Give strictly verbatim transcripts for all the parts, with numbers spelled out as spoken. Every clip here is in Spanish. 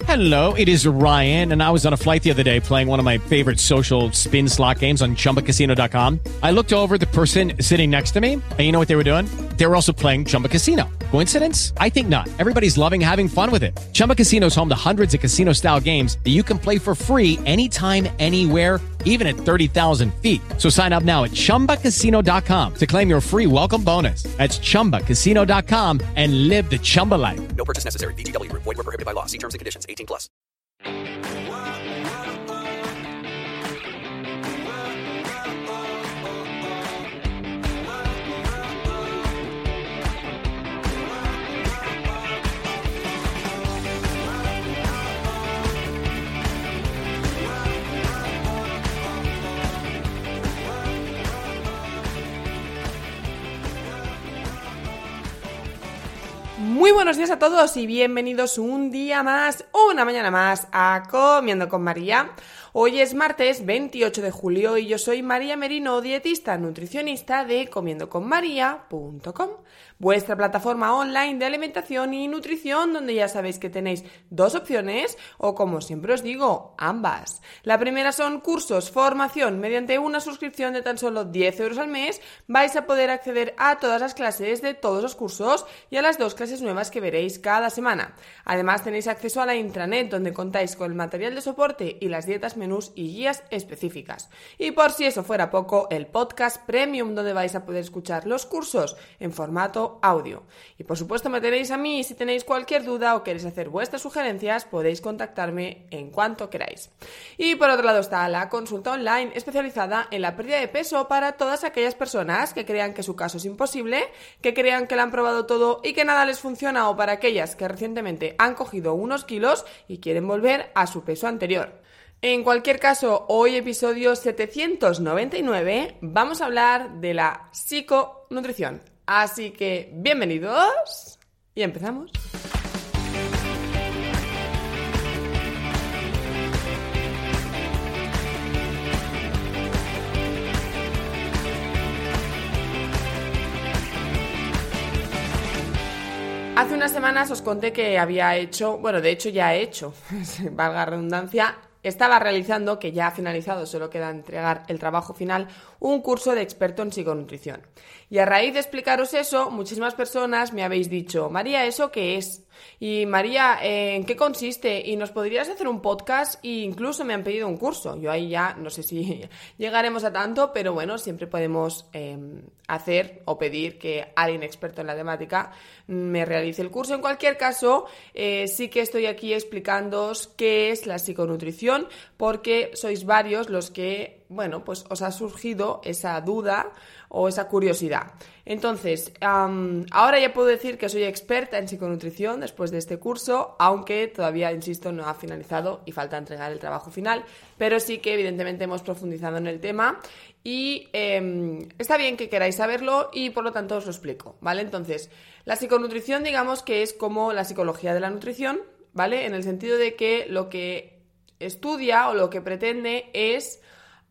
Hello, it is Ryan, and I was on a flight the other day playing one of my favorite social spin slot games on Chumba Casino dot com. I looked over at the person sitting next to me, and you know what they were doing? They were also playing Chumba Casino. Coincidence? I think not. Everybody's loving having fun with it. Chumba Casino is home to hundreds of casino-style games that you can play for free anytime, anywhere, even at thirty thousand feet. So sign up now at Chumba Casino dot com to claim your free welcome bonus. That's Chumba Casino dot com and live the Chumba life. No purchase necessary. V G W. Void where prohibited by law. See terms and conditions. eighteen plus. Muy buenos días a todos y bienvenidos un día más, una mañana más a Comiendo con María. Hoy es martes veintiocho de julio y yo soy María Merino, dietista nutricionista de comiendo con maría punto com, vuestra plataforma online de alimentación y nutrición donde ya sabéis que tenéis dos opciones o, como siempre os digo, ambas. La primera son cursos, formación. Mediante una suscripción de tan solo diez euros al mes vais a poder acceder a todas las clases de todos los cursos y a las dos clases nuevas que veréis cada semana. Además tenéis acceso a la intranet donde contáis con el material de soporte y las dietas, menús y guías específicas. Y por si eso fuera poco, el podcast premium donde vais a poder escuchar los cursos en formato audio. Y por supuesto me tenéis a mí y si tenéis cualquier duda o queréis hacer vuestras sugerencias podéis contactarme en cuanto queráis. Y por otro lado está la consulta online especializada en la pérdida de peso para todas aquellas personas que crean que su caso es imposible, que crean que lo han probado todo y que nada les funciona, o para aquellas que recientemente han cogido unos kilos y quieren volver a su peso anterior. En cualquier caso, hoy episodio setecientos noventa y nueve, vamos a hablar de la psiconutrición. Así que, bienvenidos y empezamos. Hace unas semanas os conté que había hecho, bueno, de hecho ya he hecho, valga la redundancia, estaba realizando, que ya ha finalizado, solo queda entregar el trabajo final, un curso de experto en psiconutrición. Y a raíz de explicaros eso, muchísimas personas me habéis dicho: María, ¿eso qué es? Y María, ¿en qué consiste? ¿Y nos podrías hacer un podcast? E incluso me han pedido un curso. Yo ahí ya no sé si llegaremos a tanto, pero bueno, siempre podemos eh, hacer o pedir que alguien experto en la temática me realice el curso. En cualquier caso, eh, sí que estoy aquí explicándoos qué es la psiconutrición, porque sois varios los que, bueno, pues os ha surgido esa duda o esa curiosidad. Entonces, um, ahora ya puedo decir que soy experta en psiconutrición después de este curso, aunque todavía, insisto, no ha finalizado y falta entregar el trabajo final, pero sí que evidentemente hemos profundizado en el tema y eh, está bien que queráis saberlo y por lo tanto os lo explico, ¿vale? Entonces, la psiconutrición, digamos que es como la psicología de la nutrición, ¿vale? En el sentido de que lo que estudia o lo que pretende es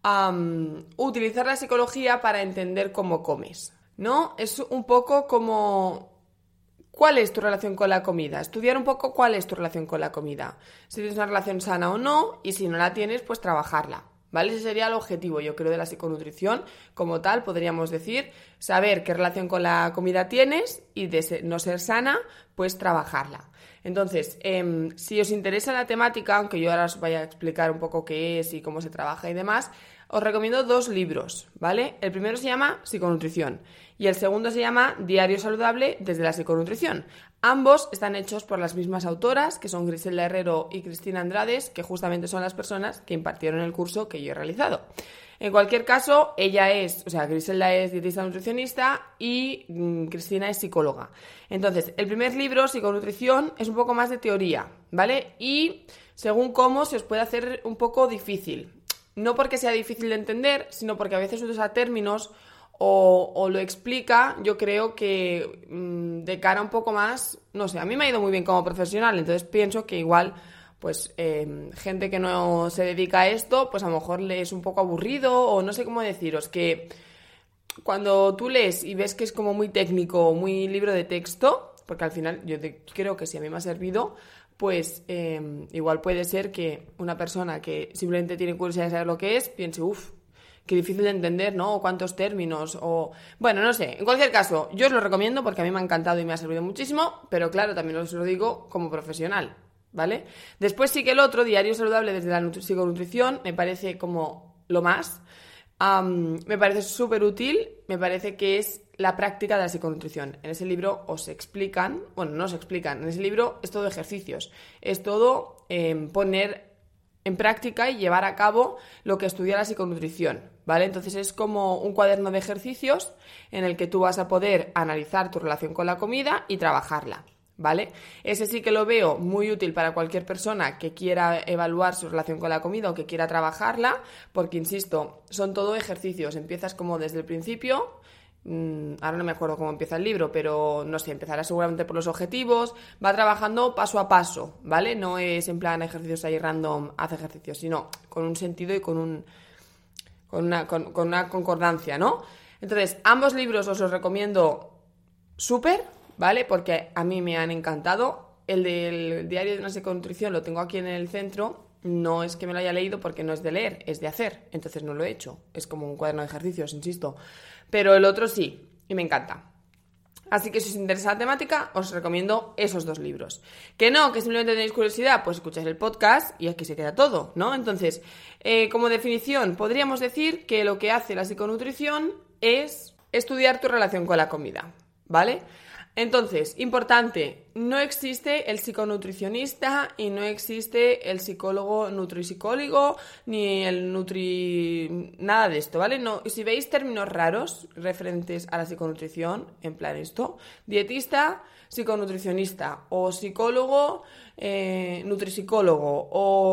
Um, utilizar la psicología para entender cómo comes, ¿no? Es un poco como ¿cuál es tu relación con la comida? Estudiar un poco cuál es tu relación con la comida, si tienes una relación sana o no, y si no la tienes, pues trabajarla, ¿vale? Ese sería el objetivo, yo creo, de la psiconutrición. Como tal, podríamos decir, saber qué relación con la comida tienes y de ser, no ser sana, pues trabajarla. Entonces, eh, si os interesa la temática, aunque yo ahora os vaya a explicar un poco qué es y cómo se trabaja y demás, os recomiendo dos libros, ¿vale? El primero se llama Psiconutrición y el segundo se llama Diario Saludable desde la Psiconutrición. Ambos están hechos por las mismas autoras, que son Griselda Herrero y Cristina Andrades, que justamente son las personas que impartieron el curso que yo he realizado. En cualquier caso, ella es, o sea, Griselda es dietista nutricionista y mmm, Cristina es psicóloga. Entonces, el primer libro, Psiconutrición, es un poco más de teoría, ¿vale? Y según cómo se os puede hacer un poco difícil. No porque sea difícil de entender, sino porque a veces usa términos o, o lo explica, yo creo que mmm, de cara un poco más, no sé, a mí me ha ido muy bien como profesional, entonces pienso que igual, pues, eh, gente que no se dedica a esto, pues a lo mejor le es un poco aburrido o no sé cómo deciros, que cuando tú lees y ves que es como muy técnico, muy libro de texto, porque al final yo te, creo que si a mí me ha servido, pues eh, igual puede ser que una persona que simplemente tiene curiosidad de saber lo que es, piense, uff, qué difícil de entender, ¿no? O cuántos términos, o... Bueno, no sé. En cualquier caso, yo os lo recomiendo porque a mí me ha encantado y me ha servido muchísimo, pero claro, también os lo digo como profesional, ¿vale? Después sí que el otro, Diario Saludable desde la nutri- psiconutrición, me parece como lo más. Um, me parece súper útil, me parece que es la práctica de la psiconutrición. En ese libro os explican, bueno, no os explican, en ese libro es todo ejercicios, es todo eh, poner en práctica y llevar a cabo lo que estudia la psiconutrición, ¿vale? Entonces es como un cuaderno de ejercicios en el que tú vas a poder analizar tu relación con la comida y trabajarla, ¿vale? Ese sí que lo veo muy útil para cualquier persona que quiera evaluar su relación con la comida o que quiera trabajarla, porque, insisto, son todo ejercicios. Empiezas como desde el principio, mmm, ahora no me acuerdo cómo empieza el libro, pero no sé, empezará seguramente por los objetivos, va trabajando paso a paso, ¿vale? No es en plan ejercicios ahí random, hace ejercicios, sino con un sentido y con un con una, con, con una concordancia, ¿no? Entonces, ambos libros os los recomiendo súper, ¿vale? Porque a mí me han encantado. El del Diario de una psiconutrición lo tengo aquí en el centro. No es que me lo haya leído porque no es de leer, es de hacer. Entonces no lo he hecho. Es como un cuaderno de ejercicios, insisto. Pero el otro sí, y me encanta. Así que si os interesa la temática, os recomiendo esos dos libros. Que no, que simplemente tenéis curiosidad, pues escucháis el podcast y aquí se queda todo, ¿no? Entonces, eh, como definición, podríamos decir que lo que hace la psiconutrición es estudiar tu relación con la comida, ¿vale? Entonces, importante, no existe el psiconutricionista y no existe el psicólogo nutrisicólogo ni el nutri... nada de esto, ¿vale? No, si veis términos raros referentes a la psiconutrición, en plan esto, dietista, psiconutricionista o psicólogo, eh, nutrisicólogo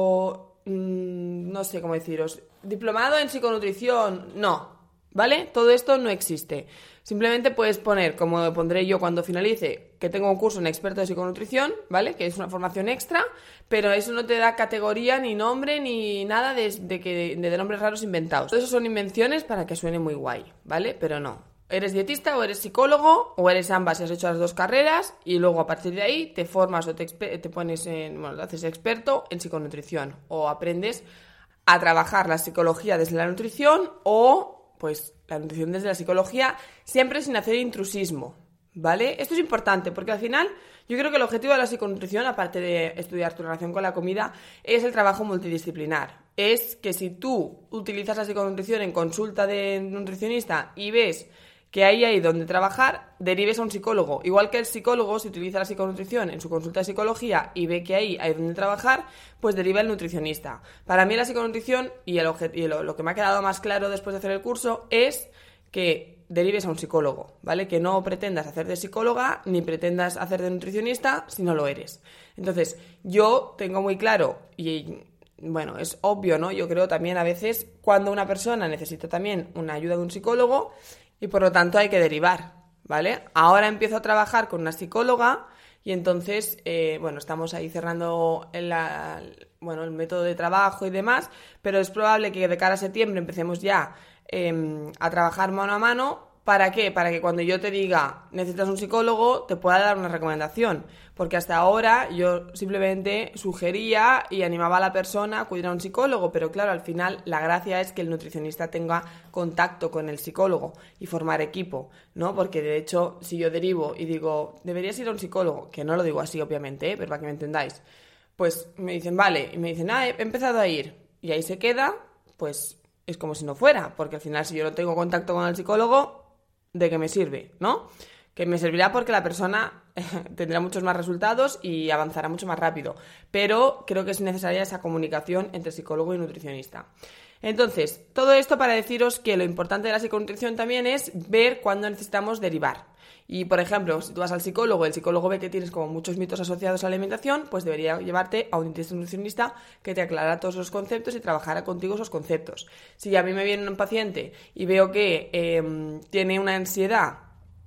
o mmm, no sé cómo deciros, diplomado en psiconutrición, no, ¿vale? Todo esto no existe. Simplemente puedes poner, como pondré yo cuando finalice, que tengo un curso en experto de psiconutrición, ¿vale? Que es una formación extra, pero eso no te da categoría, ni nombre, ni nada de, de, que, de, de nombres raros inventados. Todo eso son invenciones para que suene muy guay, ¿vale? Pero no. Eres dietista o eres psicólogo o eres ambas y has hecho las dos carreras y luego a partir de ahí te formas o te, te pones en, bueno, te haces experto en psiconutrición o aprendes a trabajar la psicología desde la nutrición o, pues, la nutrición desde la psicología, siempre sin hacer intrusismo, ¿vale? Esto es importante porque al final yo creo que el objetivo de la psiconutrición, aparte de estudiar tu relación con la comida, es el trabajo multidisciplinar. Es que si tú utilizas la psiconutrición en consulta de nutricionista y ves que ahí hay donde trabajar, derives a un psicólogo. Igual que el psicólogo, si utiliza la psiconutrición en su consulta de psicología y ve que ahí hay donde trabajar, pues deriva al nutricionista. Para mí la psiconutrición, y, el objet- y lo, lo que me ha quedado más claro después de hacer el curso, es que derives a un psicólogo, ¿vale? Que no pretendas hacer de psicóloga ni pretendas hacer de nutricionista si no lo eres. Entonces, yo tengo muy claro, y bueno, es obvio, ¿no? Yo creo también a veces cuando una persona necesita también una ayuda de un psicólogo, y por lo tanto hay que derivar, ¿vale? Ahora empiezo a trabajar con una psicóloga y entonces, eh, bueno, estamos ahí cerrando el, la, bueno, el método de trabajo y demás, pero es probable que de cara a septiembre empecemos ya eh, a trabajar mano a mano. ¿Para qué? Para que cuando yo te diga necesitas un psicólogo, te pueda dar una recomendación. Porque hasta ahora yo simplemente sugería y animaba a la persona a acudir a un psicólogo, pero claro, al final la gracia es que el nutricionista tenga contacto con el psicólogo y formar equipo, ¿no? Porque de hecho, si yo derivo y digo, deberías ir a un psicólogo, que no lo digo así obviamente, ¿eh? Pero para que me entendáis, pues me dicen, vale, y me dicen, ah, he empezado a ir, y ahí se queda, pues es como si no fuera, porque al final si yo no tengo contacto con el psicólogo, ¿de qué me sirve, no? Que me servirá porque la persona tendrá muchos más resultados y avanzará mucho más rápido. Pero creo que es necesaria esa comunicación entre psicólogo y nutricionista. Entonces, todo esto para deciros que lo importante de la psiconutrición también es ver cuándo necesitamos derivar. Y, por ejemplo, si tú vas al psicólogo, el psicólogo ve que tienes como muchos mitos asociados a la alimentación, pues debería llevarte a un nutricionista que te aclarara todos los conceptos y trabajara contigo esos conceptos. Si a mí me viene un paciente y veo que eh, tiene una ansiedad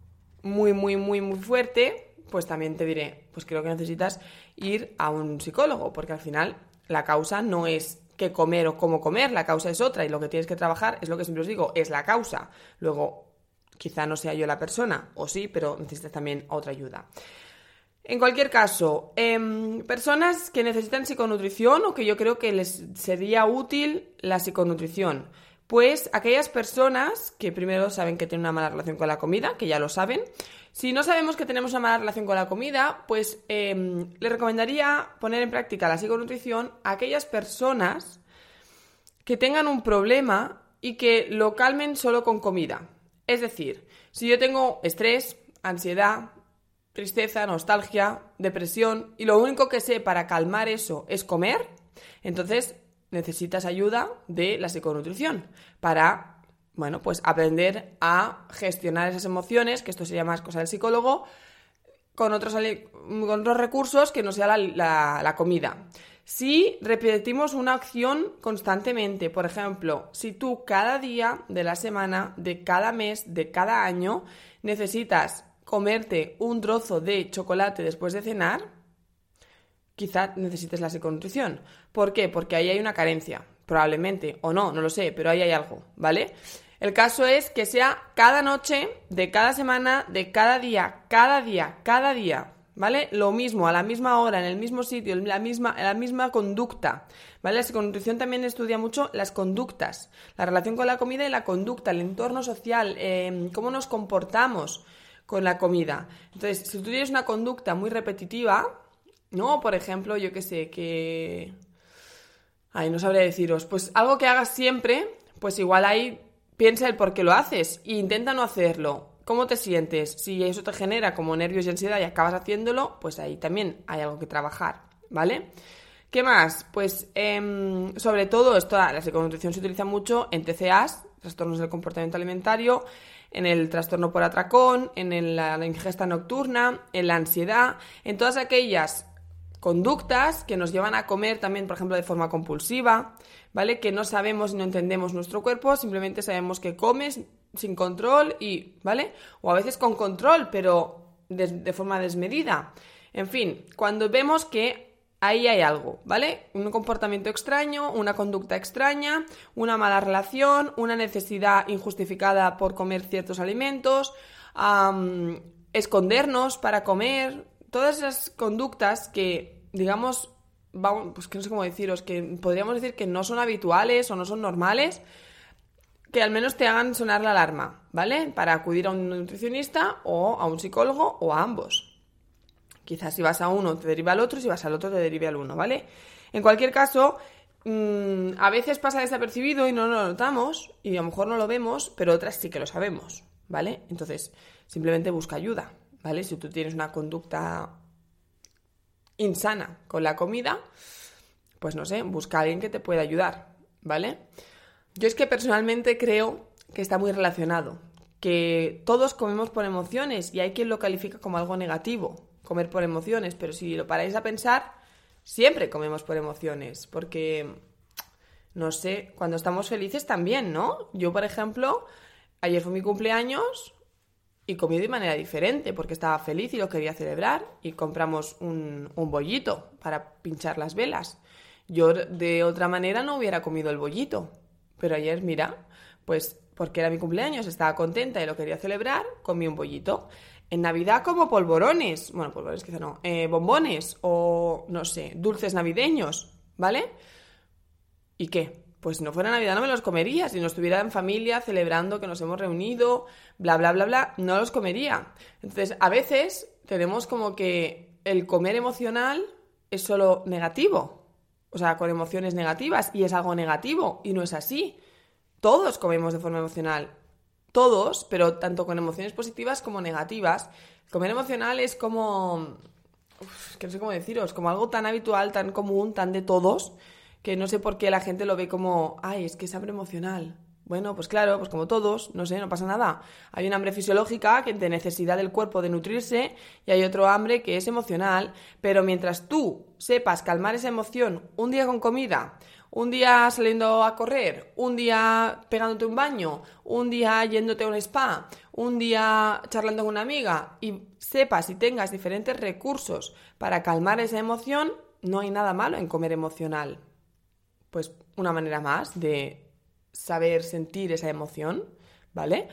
muy, muy, muy, muy fuerte, pues también te diré, pues creo que necesitas ir a un psicólogo, porque al final la causa no es qué comer o cómo comer, la causa es otra y lo que tienes que trabajar es lo que siempre os digo, es la causa. Luego, quizá no sea yo la persona, o sí, pero necesitas también otra ayuda. En cualquier caso, eh, personas que necesitan psiconutrición o que yo creo que les sería útil la psiconutrición. Pues aquellas personas que primero saben que tienen una mala relación con la comida, que ya lo saben. Si no sabemos que tenemos una mala relación con la comida, pues eh, les recomendaría poner en práctica la psiconutrición a aquellas personas que tengan un problema y que lo calmen solo con comida. Es decir, si yo tengo estrés, ansiedad, tristeza, nostalgia, depresión, y lo único que sé para calmar eso es comer, entonces necesitas ayuda de la psiconutrición para, bueno, pues aprender a gestionar esas emociones, que esto sería más cosa del psicólogo, con otros, con otros recursos que no sea la, la, la comida. Si repetimos una acción constantemente, por ejemplo, si tú cada día de la semana, de cada mes, de cada año, necesitas comerte un trozo de chocolate después de cenar, quizá necesites la psiconutrición. ¿Por qué? Porque ahí hay una carencia, probablemente, o no, no lo sé, pero ahí hay algo, ¿vale? El caso es que sea cada noche, de cada semana, de cada día, cada día, cada día, ¿vale? Lo mismo, a la misma hora, en el mismo sitio, en la misma, en la misma conducta, ¿vale? La psiconutrición también estudia mucho las conductas, la relación con la comida y la conducta, el entorno social, eh, cómo nos comportamos con la comida. Entonces, si tú tienes una conducta muy repetitiva, ¿no? Por ejemplo, yo qué sé, que... Ay, no sabría deciros. Pues algo que hagas siempre, pues igual ahí piensa el por qué lo haces e intenta no hacerlo. ¿Cómo te sientes? Si eso te genera como nervios y ansiedad y acabas haciéndolo, pues ahí también hay algo que trabajar, ¿vale? ¿Qué más? Pues eh, sobre todo, esto, la psiconutrición se utiliza mucho en T C As, trastornos del comportamiento alimentario, en el trastorno por atracón, en el, la, la ingesta nocturna, en la ansiedad, en todas aquellas conductas que nos llevan a comer también, por ejemplo, de forma compulsiva, ¿vale? Que no sabemos y no entendemos nuestro cuerpo, simplemente sabemos que comes sin control y, ¿vale? O a veces con control, pero de, de forma desmedida. En fin, cuando vemos que ahí hay algo, ¿vale? Un comportamiento extraño, una conducta extraña, una mala relación, una necesidad injustificada por comer ciertos alimentos, um, escondernos para comer, todas esas conductas que, digamos, vamos, pues que no sé cómo deciros, que podríamos decir que no son habituales o no son normales, que al menos te hagan sonar la alarma, ¿vale? Para acudir a un nutricionista o a un psicólogo o a ambos. Quizás si vas a uno te deriva al otro, si vas al otro te derive al uno, ¿vale? En cualquier caso, mmm, a veces pasa desapercibido y no lo notamos y a lo mejor no lo vemos, pero otras sí que lo sabemos, ¿vale? Entonces, simplemente busca ayuda, ¿vale? Si tú tienes una conducta insana con la comida, pues no sé, busca a alguien que te pueda ayudar, ¿vale? Yo es que personalmente creo que está muy relacionado, que todos comemos por emociones y hay quien lo califica como algo negativo, comer por emociones, pero si lo paráis a pensar, siempre comemos por emociones, porque, no sé, cuando estamos felices también, ¿no? Yo, por ejemplo, ayer fue mi cumpleaños y comí de manera diferente, porque estaba feliz y lo quería celebrar, y compramos un, un bollito para pinchar las velas. Yo, de otra manera, no hubiera comido el bollito, pero ayer, mira, pues porque era mi cumpleaños, estaba contenta y lo quería celebrar, comí un bollito. En Navidad como polvorones, bueno, polvorones quizá no, eh, bombones o, no sé, dulces navideños, ¿vale? ¿Y qué? Pues si no fuera Navidad no me los comería, si no estuviera en familia celebrando que nos hemos reunido, bla, bla, bla, bla, no los comería. Entonces, a veces tenemos como que el comer emocional es solo negativo, o sea, con emociones negativas, y es algo negativo, y no es así. Todos comemos de forma emocional. Todos, pero tanto con emociones positivas como negativas. Comer emocional es como... Uf, que no sé cómo deciros, como algo tan habitual, tan común, tan de todos, que no sé por qué la gente lo ve como, ay, es que es hambre emocional. Bueno, pues claro, pues como todos, no sé, no pasa nada. Hay un hambre fisiológica, que es de necesidad del cuerpo de nutrirse, y hay otro hambre que es emocional, pero mientras tú sepas calmar esa emoción un día con comida, un día saliendo a correr, un día pegándote un baño, un día yéndote a un spa, un día charlando con una amiga, y sepas y tengas diferentes recursos para calmar esa emoción, no hay nada malo en comer emocional. Pues una manera más de saber sentir esa emoción, ¿vale?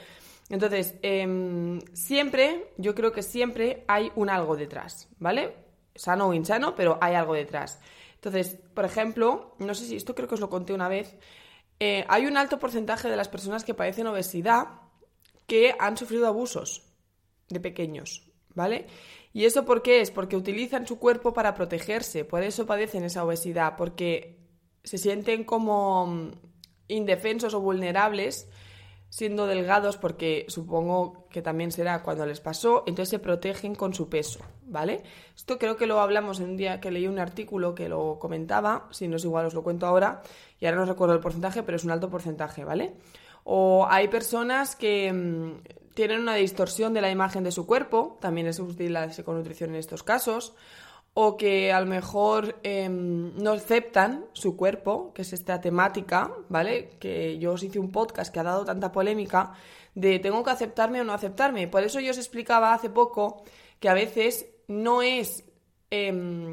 Entonces, eh, siempre, yo creo que siempre hay un algo detrás, ¿vale? Sano o insano, pero hay algo detrás. Entonces, por ejemplo, no sé si esto creo que os lo conté una vez, eh, hay un alto porcentaje de las personas que padecen obesidad que han sufrido abusos de pequeños, ¿vale? ¿Y eso por qué es? Porque utilizan su cuerpo para protegerse, por eso padecen esa obesidad, porque se sienten como indefensos o vulnerables siendo delgados, porque supongo que también será cuando les pasó, entonces se protegen con su peso, ¿vale? Esto creo que lo hablamos en un día que leí un artículo que lo comentaba, si no es igual os lo cuento ahora, y ahora no recuerdo el porcentaje, pero es un alto porcentaje, ¿vale? O hay personas que mmm, tienen una distorsión de la imagen de su cuerpo, también es útil la psiconutrición en estos casos, o que a lo mejor eh, no aceptan su cuerpo, que es esta temática, ¿vale? Que yo os hice un podcast que ha dado tanta polémica de tengo que aceptarme o no aceptarme. Por eso yo os explicaba hace poco que a veces no es... Eh,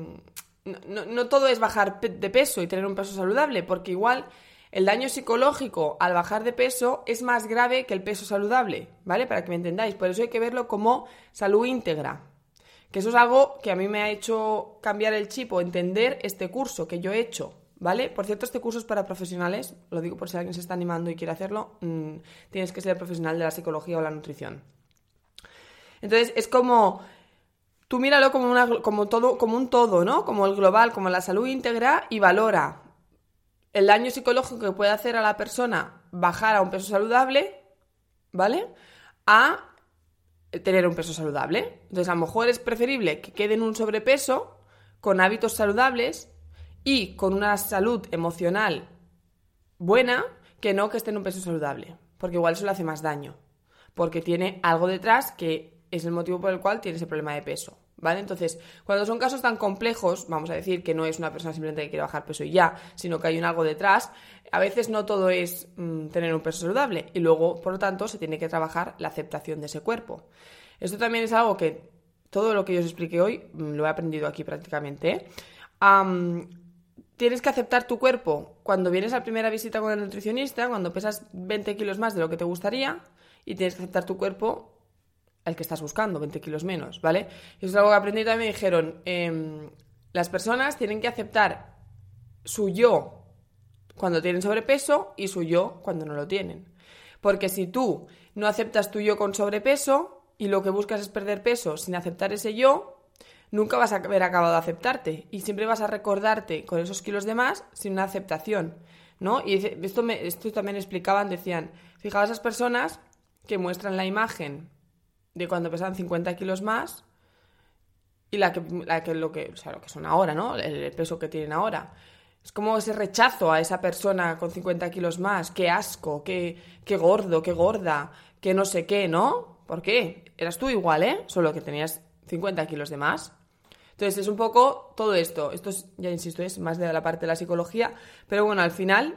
no, no todo es bajar de peso y tener un peso saludable, porque igual el daño psicológico al bajar de peso es más grave que el peso saludable, ¿vale? Para que me entendáis. Por eso hay que verlo como salud íntegra. Que eso es algo que a mí me ha hecho cambiar el chip o entender este curso que yo he hecho, ¿vale? Por cierto, este curso es para profesionales, lo digo por si alguien se está animando y quiere hacerlo, mmm, tienes que ser profesional de la psicología o la nutrición. Entonces, es como... Tú míralo como, una, como, todo, como un todo, ¿no? Como el global, como la salud íntegra y valora el daño psicológico que puede hacer a la persona bajar a un peso saludable, ¿vale? A tener un peso saludable. Entonces, a lo mejor es preferible que quede en un sobrepeso con hábitos saludables y con una salud emocional buena que no que esté en un peso saludable, porque igual eso le hace más daño, porque tiene algo detrás que es el motivo por el cual tiene ese problema de peso, ¿vale? Entonces, cuando son casos tan complejos, vamos a decir que no es una persona simplemente que quiere bajar peso y ya, sino que hay un algo detrás, a veces no todo es mmm, tener un peso saludable y luego, por lo tanto, se tiene que trabajar la aceptación de ese cuerpo. Esto también es algo que todo lo que yo os expliqué hoy mmm, lo he aprendido aquí prácticamente, ¿eh? Um, tienes que aceptar tu cuerpo cuando vienes a la primera visita con el nutricionista, cuando pesas veinte kilos más de lo que te gustaría, y tienes que aceptar tu cuerpo el que estás buscando, veinte kilos menos, ¿vale? Y eso es algo que aprendí también. Me dijeron, eh, las personas tienen que aceptar su yo cuando tienen sobrepeso y su yo cuando no lo tienen. Porque si tú no aceptas tu yo con sobrepeso y lo que buscas es perder peso sin aceptar ese yo, nunca vas a haber acabado de aceptarte y siempre vas a recordarte con esos kilos de más sin una aceptación, ¿no? Y esto, me, esto también explicaban, decían, fijaos esas personas que muestran la imagen de cuando pesan cincuenta kilos más y la que, la que, lo, que, o sea, lo que son ahora, ¿no? El, el peso que tienen ahora. Es como ese rechazo a esa persona con cincuenta kilos más. Qué asco, qué, qué gordo, qué gorda, qué no sé qué, ¿no? ¿Por qué? Eras tú igual, ¿eh? Solo que tenías cincuenta kilos de más. Entonces es un poco todo esto. Esto es, ya insisto, es más de la parte de la psicología. Pero bueno, al final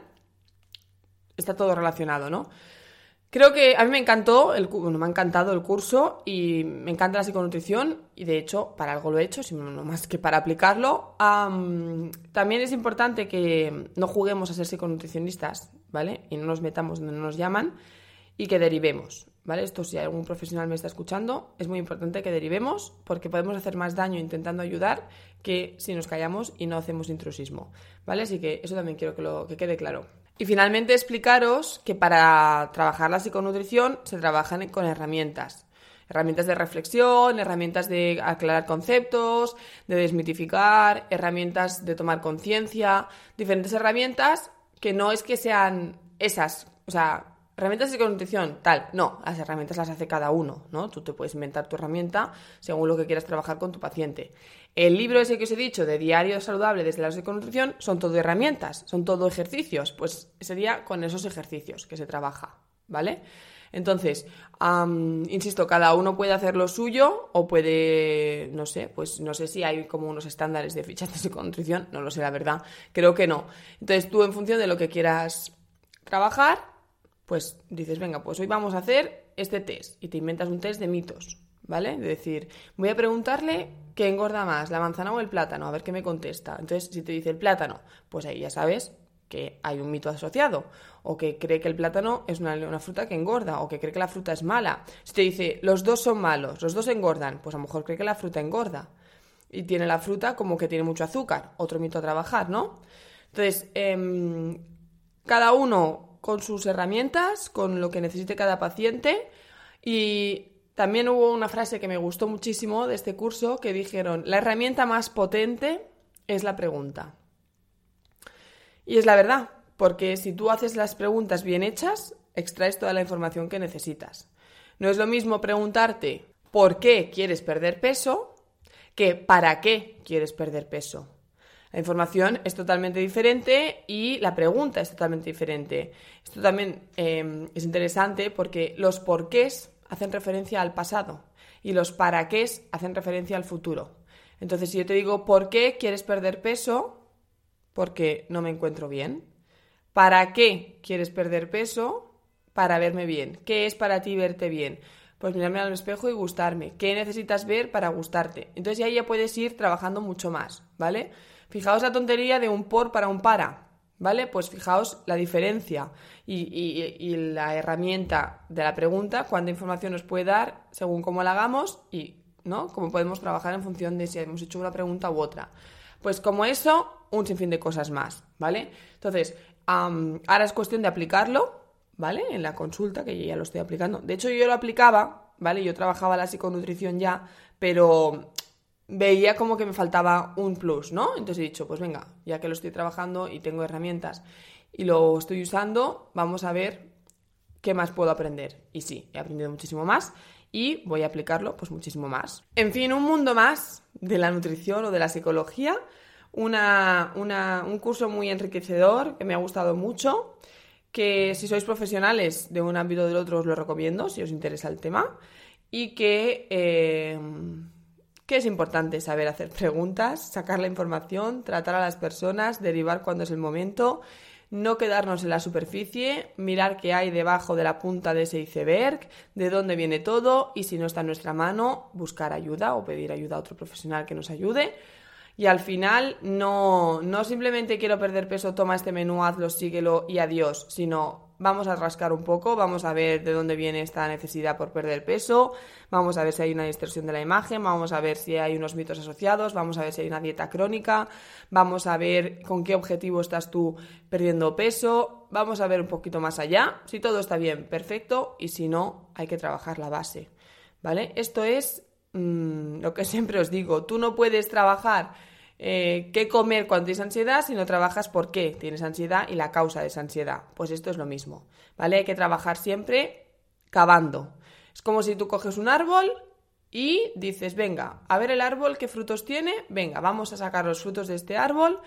está todo relacionado, ¿no? Creo que a mí me encantó, el, bueno, me ha encantado el curso y me encanta la psiconutrición y de hecho para algo lo he hecho, no más que para aplicarlo. Um, también es importante que no juguemos a ser psiconutricionistas, ¿vale? Y no nos metamos donde no nos llaman y que derivemos, ¿vale? Esto si algún profesional me está escuchando, es muy importante que derivemos porque podemos hacer más daño intentando ayudar que si nos callamos y no hacemos intrusismo, ¿vale? Así que eso también quiero que, lo, que quede claro. Y finalmente explicaros que para trabajar la psiconutrición se trabajan con herramientas. Herramientas de reflexión, herramientas de aclarar conceptos, de desmitificar, herramientas de tomar conciencia, diferentes herramientas que no es que sean esas, o sea, herramientas de psiconutrición, tal, no, las herramientas las hace cada uno, ¿no? Tú te puedes inventar tu herramienta según lo que quieras trabajar con tu paciente. El libro ese que os he dicho de Diario Saludable desde la psiconutrición son todo herramientas, son todo ejercicios, pues sería con esos ejercicios que se trabaja, ¿vale? Entonces, um, insisto, cada uno puede hacer lo suyo o puede, no sé, pues no sé si hay como unos estándares de fichas de psiconutrición, no lo sé, la verdad, creo que no. Entonces tú en función de lo que quieras trabajar, pues dices, venga, pues hoy vamos a hacer este test y te inventas un test de mitos, ¿vale? De decir, voy a preguntarle qué engorda más, la manzana o el plátano, a ver qué me contesta. Entonces, si te dice el plátano, pues ahí ya sabes que hay un mito asociado, o que cree que el plátano es una, una fruta que engorda, o que cree que la fruta es mala. Si te dice, los dos son malos, los dos engordan, pues a lo mejor cree que la fruta engorda. Y tiene la fruta como que tiene mucho azúcar, otro mito a trabajar, ¿no? Entonces, eh, cada uno con sus herramientas, con lo que necesite cada paciente. Y también hubo una frase que me gustó muchísimo de este curso, que dijeron, la herramienta más potente es la pregunta. Y es la verdad, porque si tú haces las preguntas bien hechas, extraes toda la información que necesitas. No es lo mismo preguntarte ¿por qué quieres perder peso? Que ¿para qué quieres perder peso? La información es totalmente diferente y la pregunta es totalmente diferente. Esto también eh, es interesante porque los porqués hacen referencia al pasado y los para qué hacen referencia al futuro. Entonces, si yo te digo ¿por qué quieres perder peso? Porque no me encuentro bien. ¿Para qué quieres perder peso? Para verme bien. ¿Qué es para ti verte bien? Pues mirarme al espejo y gustarme. ¿Qué necesitas ver para gustarte? Entonces ahí ya puedes ir trabajando mucho más, ¿vale? Fijaos la tontería de un por para un para, ¿vale? Pues fijaos la diferencia y, y, y la herramienta de la pregunta, cuánta información nos puede dar según cómo la hagamos y, ¿no? Cómo podemos trabajar en función de si hemos hecho una pregunta u otra. Pues como eso, un sinfín de cosas más, ¿vale? Entonces, um, ahora es cuestión de aplicarlo, ¿vale? En la consulta, que yo ya lo estoy aplicando. De hecho, yo lo aplicaba, ¿vale? Yo trabajaba la psiconutrición ya, pero veía como que me faltaba un plus, ¿no? Entonces he dicho, pues venga, ya que lo estoy trabajando y tengo herramientas y lo estoy usando, vamos a ver qué más puedo aprender. Y sí, he aprendido muchísimo más y voy a aplicarlo pues muchísimo más. En fin, un mundo más de la nutrición o de la psicología, una, una, un curso muy enriquecedor que me ha gustado mucho, que si sois profesionales de un ámbito o del otro os lo recomiendo, si os interesa el tema, y que, eh, que es importante saber hacer preguntas, sacar la información, tratar a las personas, derivar cuando es el momento, no quedarnos en la superficie, mirar qué hay debajo de la punta de ese iceberg, de dónde viene todo, y si no está en nuestra mano, buscar ayuda o pedir ayuda a otro profesional que nos ayude. Y al final no, no simplemente quiero perder peso, toma este menú, hazlo, síguelo y adiós, sino vamos a rascar un poco, vamos a ver de dónde viene esta necesidad por perder peso, vamos a ver si hay una distorsión de la imagen, vamos a ver si hay unos mitos asociados, vamos a ver si hay una dieta crónica, vamos a ver con qué objetivo estás tú perdiendo peso, vamos a ver un poquito más allá. Si todo está bien, perfecto, y si no, hay que trabajar la base, ¿vale? Esto es mmm, lo que siempre os digo, tú no puedes trabajar Eh, qué comer cuando tienes ansiedad si no trabajas por qué tienes ansiedad y la causa de esa ansiedad. Pues esto es lo mismo, ¿vale? Hay que trabajar siempre cavando. Es como si tú coges un árbol y dices, venga, a ver el árbol qué frutos tiene, venga, vamos a sacar los frutos de este árbol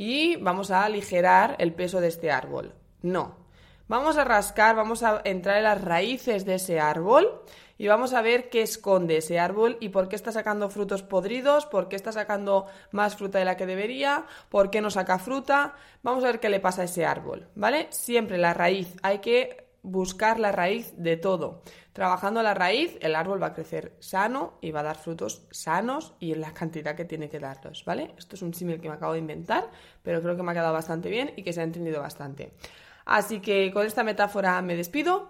y vamos a aligerar el peso de este árbol. No, vamos a rascar, vamos a entrar en las raíces de ese árbol y vamos a ver qué esconde ese árbol y por qué está sacando frutos podridos, por qué está sacando más fruta de la que debería, por qué no saca fruta. Vamos a ver qué le pasa a ese árbol, ¿vale? Siempre la raíz, hay que buscar la raíz de todo. Trabajando la raíz, el árbol va a crecer sano y va a dar frutos sanos y en la cantidad que tiene que darlos, ¿vale? Esto es un símil que me acabo de inventar, pero creo que me ha quedado bastante bien y que se ha entendido bastante. Así que con esta metáfora me despido.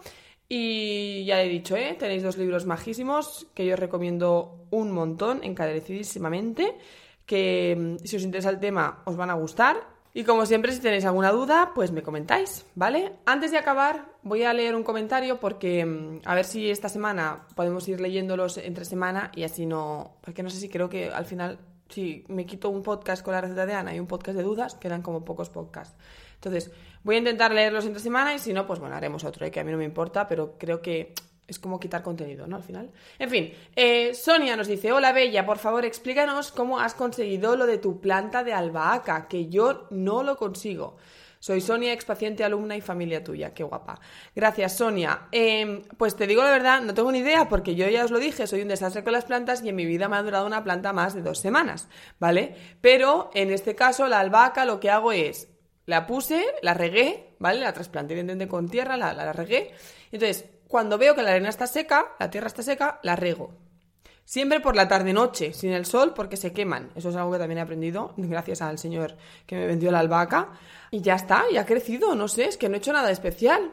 Y ya he dicho, ¿eh? Tenéis dos libros majísimos que yo os recomiendo un montón, encarecidísimamente, que si os interesa el tema os van a gustar. Y como siempre, si tenéis alguna duda, pues me comentáis, ¿vale? Antes de acabar, voy a leer un comentario porque a ver si esta semana podemos ir leyéndolos entre semana y así no... Porque no sé si creo que al final, si me quito un podcast con la receta de Ana y un podcast de dudas, quedan como pocos podcasts. Entonces, voy a intentar leerlos entre semana y si no, pues bueno, haremos otro, ¿eh? Que a mí no me importa, pero creo que es como quitar contenido, ¿no? Al final. En fin, eh, Sonia nos dice, hola Bella, por favor explícanos cómo has conseguido lo de tu planta de albahaca, que yo no lo consigo. Soy Sonia, expaciente, alumna y familia tuya. Qué guapa. Gracias, Sonia. Eh, pues te digo la verdad, no tengo ni idea, porque yo ya os lo dije, soy un desastre con las plantas y en mi vida me ha durado una planta más de dos semanas, ¿vale? Pero en este caso, la albahaca lo que hago es... La puse, la regué, ¿vale? La trasplanté evidentemente con tierra, la, la, la regué. Entonces, cuando veo que la arena está seca, la tierra está seca, la rego. Siempre por la tarde-noche, sin el sol, porque se queman. Eso es algo que también he aprendido gracias al señor que me vendió la albahaca. Y ya está, y ha crecido, no sé, es que no he hecho nada especial.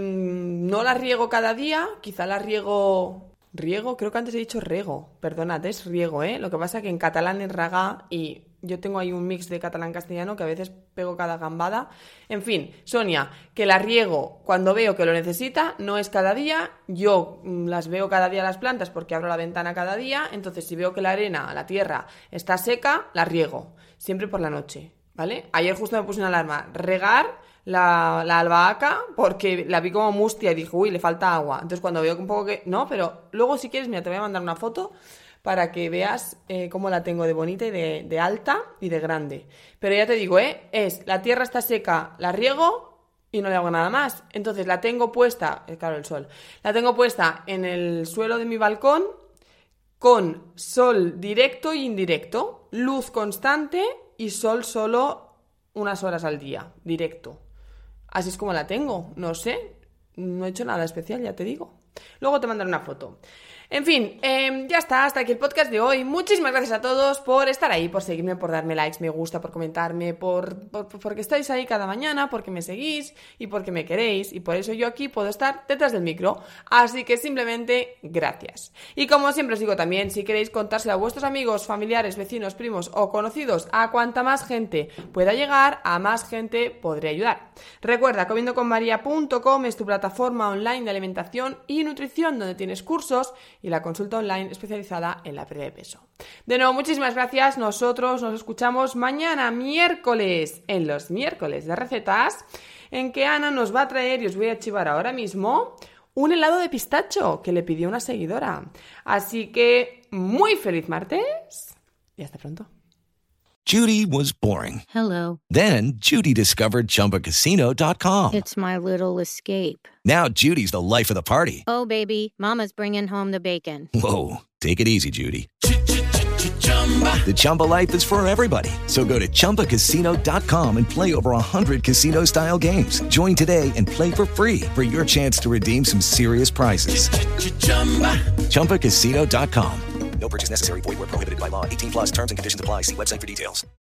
No la riego cada día, quizá la riego... ¿Riego? Creo que antes he dicho rego. Perdonad, es riego, ¿eh? Lo que pasa es que en catalán es raga y yo tengo ahí un mix de catalán-castellano que a veces pego cada gambada. En fin, Sonia, que la riego cuando veo que lo necesita, no es cada día. Yo mm, las veo cada día las plantas porque abro la ventana cada día. Entonces, si veo que la arena, la tierra, está seca, la riego. Siempre por la noche, ¿vale? Ayer justo me puse una alarma. Regar la, la albahaca porque la vi como mustia y dije, uy, le falta agua. Entonces, cuando veo que un poco que... No, pero luego si quieres, mira, te voy a mandar una foto para que veas eh, cómo la tengo de bonita y de, de alta y de grande. Pero ya te digo, ¿eh? Es, la tierra está seca, la riego y no le hago nada más. Entonces la tengo puesta, eh, claro, el sol, la tengo puesta en el suelo de mi balcón con sol directo e indirecto, luz constante y sol solo unas horas al día, directo. Así es como la tengo, no sé, no he hecho nada especial, ya te digo. Luego te mandaré una foto. En fin, eh, ya está, hasta aquí el podcast de hoy. Muchísimas gracias a todos por estar ahí, por seguirme, por darme likes, me gusta, por comentarme, por, por porque estáis ahí cada mañana, porque me seguís y porque me queréis. Y por eso yo aquí puedo estar detrás del micro. Así que simplemente gracias. Y como siempre os digo también, si queréis contárselo a vuestros amigos, familiares, vecinos, primos o conocidos, a cuanta más gente pueda llegar, a más gente podré ayudar. Recuerda, comiendo con maría punto com es tu plataforma online de alimentación y nutrición donde tienes cursos y la consulta online especializada en la pérdida de peso. De nuevo, muchísimas gracias. Nosotros nos escuchamos mañana, miércoles, en los miércoles de recetas, en que Ana nos va a traer, y os voy a chivar ahora mismo, un helado de pistacho que le pidió una seguidora. Así que, muy feliz martes y hasta pronto. Judy was boring. Hello. Then Judy discovered Chumba Casino dot com. It's my little escape. Now Judy's the life of the party. Oh, baby, mama's bringing home the bacon. Whoa, take it easy, Judy. The Chumba life is for everybody. So go to Chumba Casino dot com and play over one hundred casino-style games. Join today and play for free for your chance to redeem some serious prizes. Chumba Casino dot com. No purchase necessary. Void where prohibited by law. eighteen plus terms and conditions apply. See website for details.